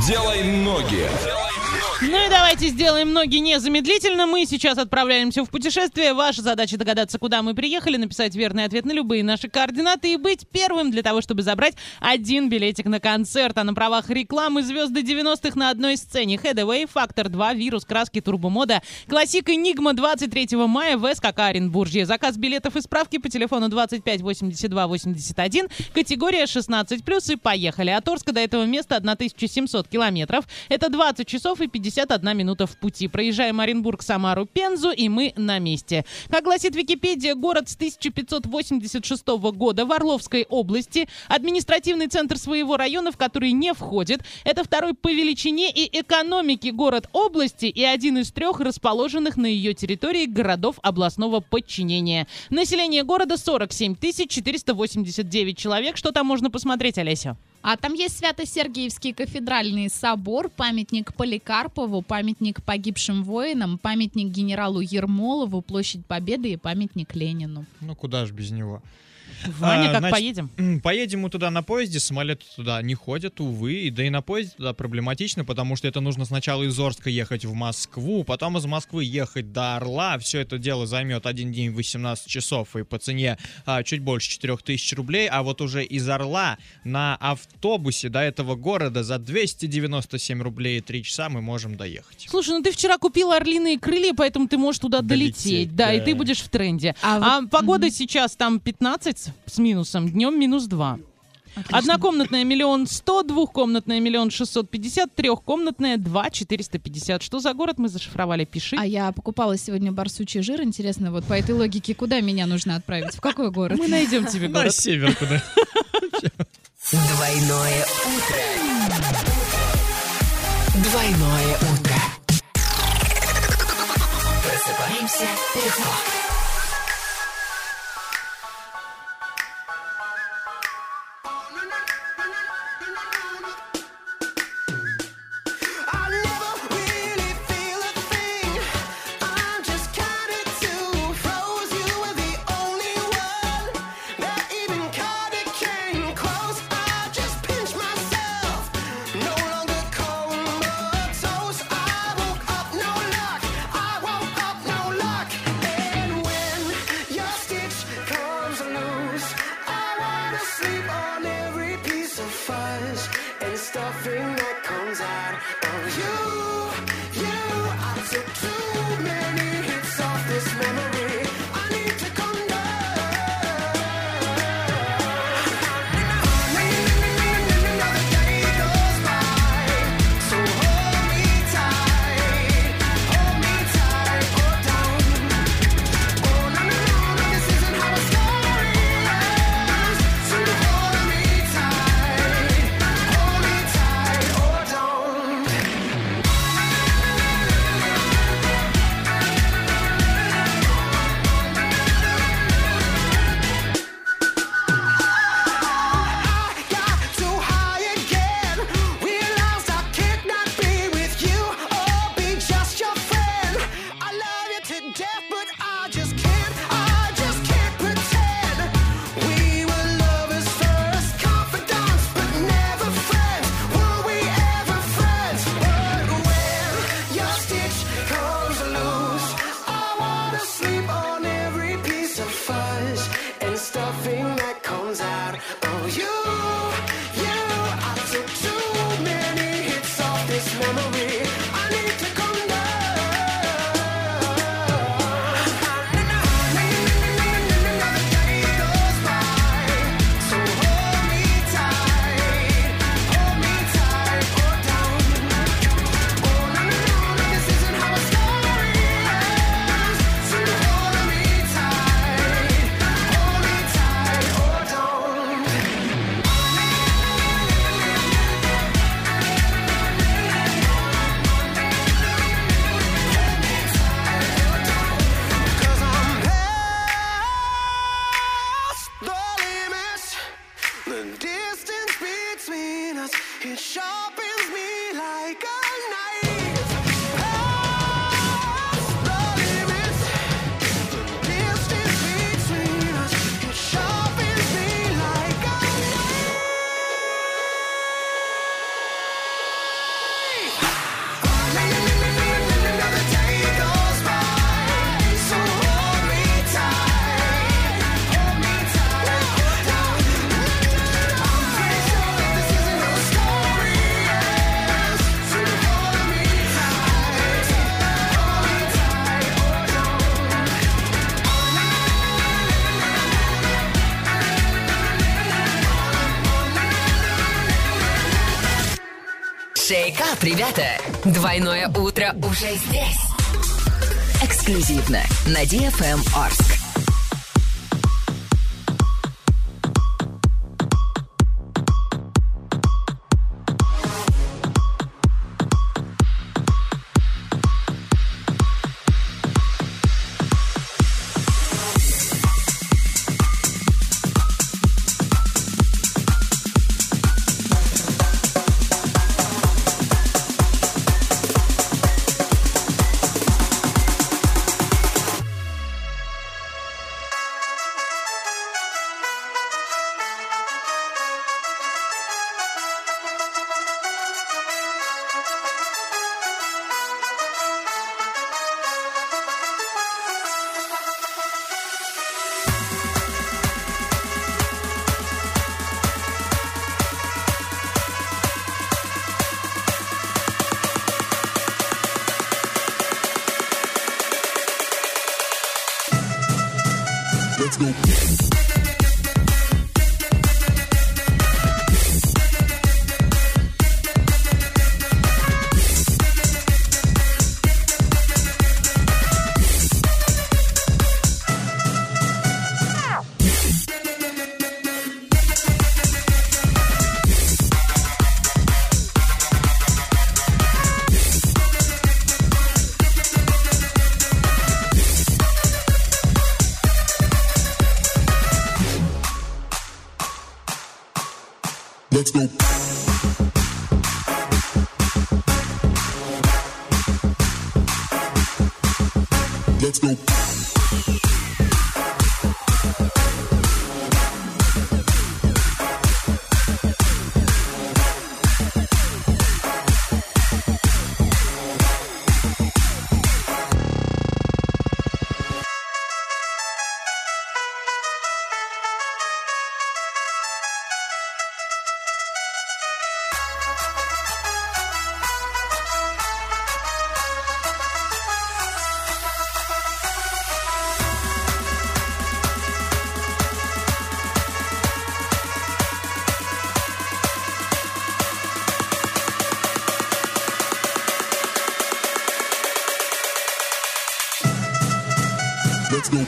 Делай ноги. Ну и давайте сделаем ноги незамедлительно. Мы сейчас отправляемся в путешествие. Ваша задача догадаться, куда мы приехали, написать верный ответ на любые наши координаты и быть первым для того, чтобы забрать один билетик на концерт. А на правах рекламы звезды 90-х на одной сцене. Headway, Фактор 2, Вирус, Краски, Турбомода, Классик, Энигма 23 мая в СКК Оренбуржье. Заказ билетов и справки по телефону 25 82 81, категория 16+, и поехали. От Орска до этого места 1700 километров. Это 20 часов и 51 минута в пути. Проезжаем Оренбург, Самару, Пензу, и мы на месте. Как гласит Википедия, город с 1586 года в Орловской области. Административный центр своего района, в который не входит. Это второй по величине и экономике город области и один из 3 расположенных на ее территории городов областного подчинения. Население города 47 489 человек. Что там можно посмотреть, Олеся? А там есть Свято-Сергиевский кафедральный собор, памятник Поликарпову, памятник погибшим воинам, памятник генералу Ермолову, площадь Победы и памятник Ленину. Ну, куда ж без него? Ваня, как поедем? Поедем мы туда на поезде, самолеты туда не ходят, увы, да и на поезде туда проблематично, потому что это нужно сначала из Орска ехать в Москву, потом из Москвы ехать до Орла, все это дело займет 1 день 18 часов и по цене чуть больше 4000 рублей, а вот уже из Орла на автобусе до этого города за 297 рублей и 3 часа мы можем доехать. Слушай, ну ты вчера купила орлиные крылья, поэтому ты можешь туда долететь. Да, и ты будешь в тренде. А погода сейчас там 15 с минусом, днем -2. Отлично. Однокомнатная 1 100 000, двухкомнатная 1 650 000, трехкомнатная 2 450. Что за город мы зашифровали? Пиши. А я покупала сегодня барсучий жир. Интересно, вот по этой логике, куда меня нужно отправить? В какой город? Мы найдем тебе На город. север куда. Двойное утро. Двойное утро. Просыпаемся легко. Stuffing that comes out of you, I took too many hits off this memory. I need to come down. Another day goes by, so hold me tight, or don't. Oh no, this isn't how a story ends. So hold me tight, or don't. I got too high again. Realized I could not be with you or be just your friend. I love you to death, but I just can't pretend. We were lovers first, confidants, but never friends. Were we ever friends? But when your stitch comes loose, I wanna sleep on every piece of fuzz and stuffing that comes out of you. I took too many hits off this memory. I need to come down. Another day goes by, so hold me tight, or don't. Oh no, this isn't how a story ends. So hold me tight, or don't. Cause I'm past the limits. The distance between us, it sharpens me like a knife. Past the limits. The distance between us, it sharpens me like a knife. Шейкап, ребята! Двойное утро уже здесь. Эксклюзивно на DFM Орск. Let's go. Let's go. Let's go.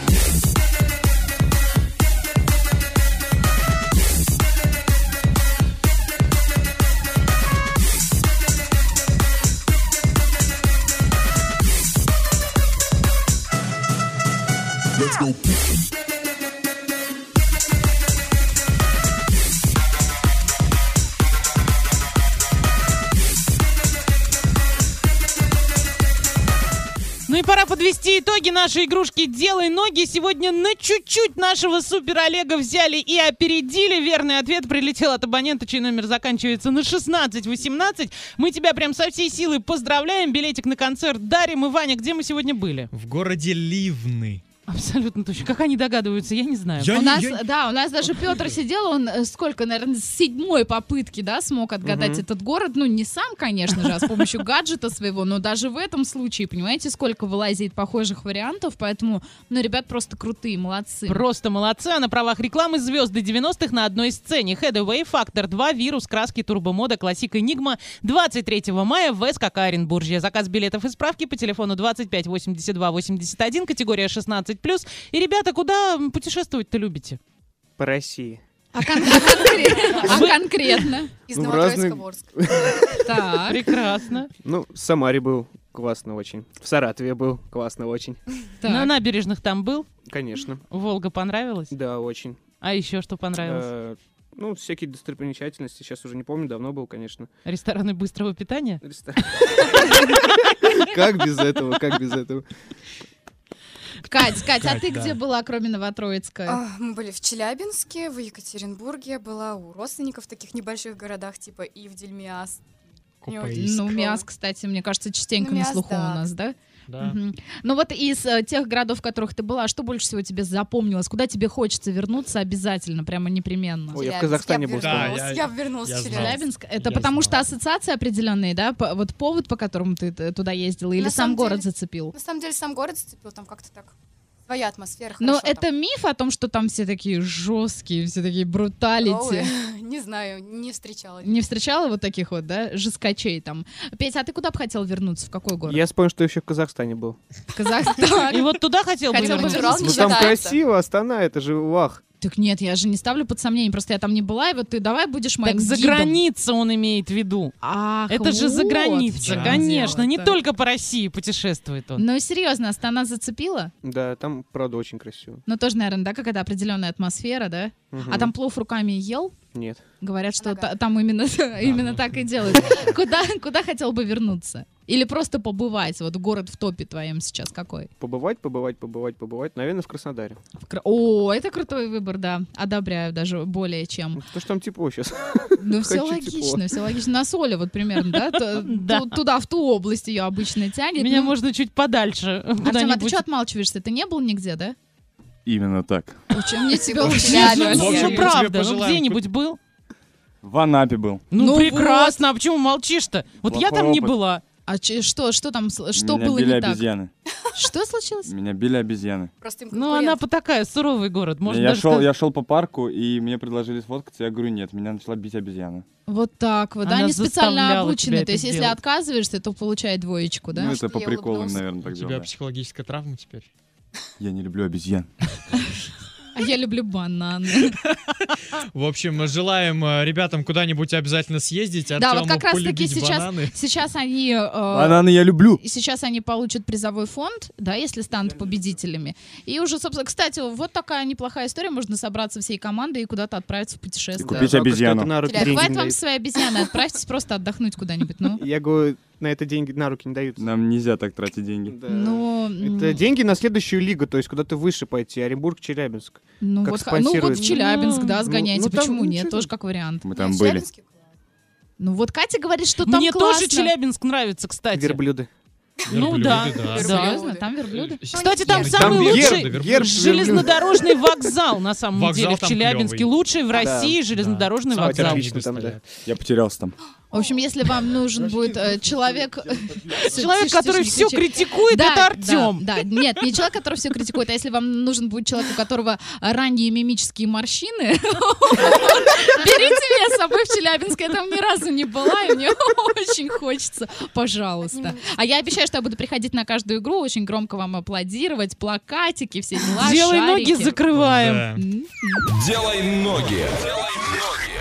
Let's go. Ну и пора подвести итоги нашей игрушки «Делай ноги». Сегодня на чуть-чуть нашего супер Олега взяли и опередили. Верный ответ прилетел от абонента, чей номер заканчивается на 1618. Мы тебя прям со всей силы поздравляем. Билетик на концерт дарим. И, Ваня, где мы сегодня были? В городе Ливны. Абсолютно точно. Как они догадываются, я не знаю. Я У не- нас, я- да, у нас даже Петр сидел, он сколько, наверное, с 7-й попытки, да, смог отгадать этот город. Ну, не сам, конечно же, а с помощью гаджета своего, но даже в этом случае, понимаете, сколько вылазит похожих вариантов, поэтому, ну, ребят просто крутые, молодцы. Просто молодцы. А на правах рекламы звезды 90-х на одной сцене. Headway, Фактор 2, Вирус, Краски, Турбомода, Классик, Энигма. 23 мая в СКК Оренбуржье. Заказ билетов и справки по телефону 25 82 81, категория 16+. И, ребята, куда путешествовать-то любите? По России. А конкретно? Из Ну, в Новотроицка разные- в Орск. Так. Прекрасно. Ну, в Самаре был классно очень. В Саратове был классно очень. На набережных там был? Конечно. Волга понравилась? Да, очень. А еще что понравилось? Ну, всякие достопримечательности. Сейчас уже не помню, давно был, конечно. Рестораны быстрого питания? Как без этого, как без этого? Кать, а Кать, ты да. где была, кроме Новотроицка? Мы были в Челябинске, в Екатеринбурге, была у родственников в таких небольших городах, типа Ивдель, Миас. Купаиск. Ну, Миас, кстати, мне кажется, частенько Ну, на Миас, слуху да. у нас, да? Да. Мгм. Ну вот из тех городов, в которых ты была, что больше всего тебе запомнилось? Куда тебе хочется вернуться обязательно, прямо непременно? Ой, я в Челябинск. Казахстане был. Да, Я вернулась я в знал. Челябинск. Челябинск? Это Я потому знал. что ассоциации определенные, да? Вот повод, по которому ты туда ездила, или На сам самом город деле- зацепил? На самом деле сам город зацепил, там как-то так Своя атмосфера, Но хорошо это миф о том, что там все такие жесткие, все такие бруталити. Ой, не знаю, не встречала. Не встречала вот таких вот, да, жесткачей там? Петя, а ты куда бы хотел вернуться? В какой город? Я вспомнил, что еще в Казахстане был. В Казахстан. И вот туда хотел бы Хотел бы вернуться. вернуться. Ну не там считается. красиво, Астана, это же вах. Так нет, я же не ставлю под сомнение, просто я там не была, и вот ты давай будешь моим Так за гидом. граница он имеет в виду. Ах, Это же за вот граница, в чём конечно. Не дело-то. только по России путешествует он. Ну, серьезно, Астана зацепила? Да, там, правда, очень красиво. Ну, тоже, наверное, да, какая-то определенная атмосфера, да? Мгм. А там плов руками ел? Нет. Говорят, что Нога. там именно так и делают. Куда хотел бы вернуться? Или просто побывать? Вот город в топе твоем сейчас какой? Побывать. Наверное, в Краснодаре. О, это крутой выбор, да. Одобряю даже более чем. Потому что там тепло сейчас. Ну, все Хочу логично, тепло. все логично. На Соле вот примерно, да? Да. Туда, в ту область ее обычно тянет. Меня Ну, можно чуть подальше. Артем, а ты куда-нибудь. что отмалчиваешься? Ты не был нигде, да? Именно так. Мне тебя Очень учили. рада. Ну, В общем, ну, мы тебе правда, ну пожелаем где-нибудь был? В Анапе был. Ну, Ну прекрасно, а почему молчишь-то? Вот я Плохой там не опыт. была. А что там, что Меня было били не так? обезьяны. Что случилось? Меня били обезьяны. Просто им Ну, конкурент. она такая, суровый город. Можно Я даже сказать. я шел по парку, и мне предложили сфоткаться, я говорю, нет, меня начала бить обезьяна. Вот так вот. Она Они специально заставляла обучены. тебя То есть, это если делать. отказываешься, то получай двоечку, да? Ну, Может, это по я приколу, улыбнулся. наверное, так У тебя делают. психологическая травма теперь? Я не люблю обезьян. А я люблю бананы. Ну, В общем, желаем ребятам куда-нибудь обязательно съездить, Да, вот Артему как раз таки полюбить сейчас, бананы. сейчас они... Бананы я люблю. И сейчас они получат призовой фонд, да, если станут победителями. И уже, собственно, кстати, вот такая неплохая история. Можно собраться всей командой и куда-то отправиться в путешествие. Купить Жалко, что обезьяну. это на руки Да, деньги Хватит не вам дают. свои обезьяны, отправьтесь просто отдохнуть куда-нибудь, ну. Я говорю, на это деньги на руки не дают. Нам нельзя так тратить деньги. Да. Ну, Это деньги на следующую лигу, то есть куда-то выше пойти. Оренбург, Челябинск. ну как вот, спонсируют. в Челябинск, да, Ну, сгоняйте. ну, там, Почему ну, нет? чё Тоже там? как вариант. Мы Ну, там в были. Челябинске классно. Ну вот Катя говорит, что там Мне классно. тоже Челябинск нравится, кстати. Верблюды. Ну да. Верблюды, Серьезно? Там верблюды? Кстати, там Там самый герб, лучший герб железнодорожный вокзал, на самом Вокзал деле, в там Челябинске. клёвый. Лучший в Да. России железнодорожный Спать вокзал. отлично там, да. Я потерялся там. В общем, если вам нужен будет человек... Человек, который Тише, все тише. критикует, Да, это Артем. Да, нет, не человек, который все критикует, а если вам нужен будет человек, у которого ранние мимические морщины, берите меня с собой в Челябинск. Я там ни разу не была, и мне очень хочется. Пожалуйста. А я обещаю, что я буду приходить на каждую игру, очень громко вам аплодировать, плакатики, все дела, Делай ноги, шарики. закрываем. Да. М. Делай ноги.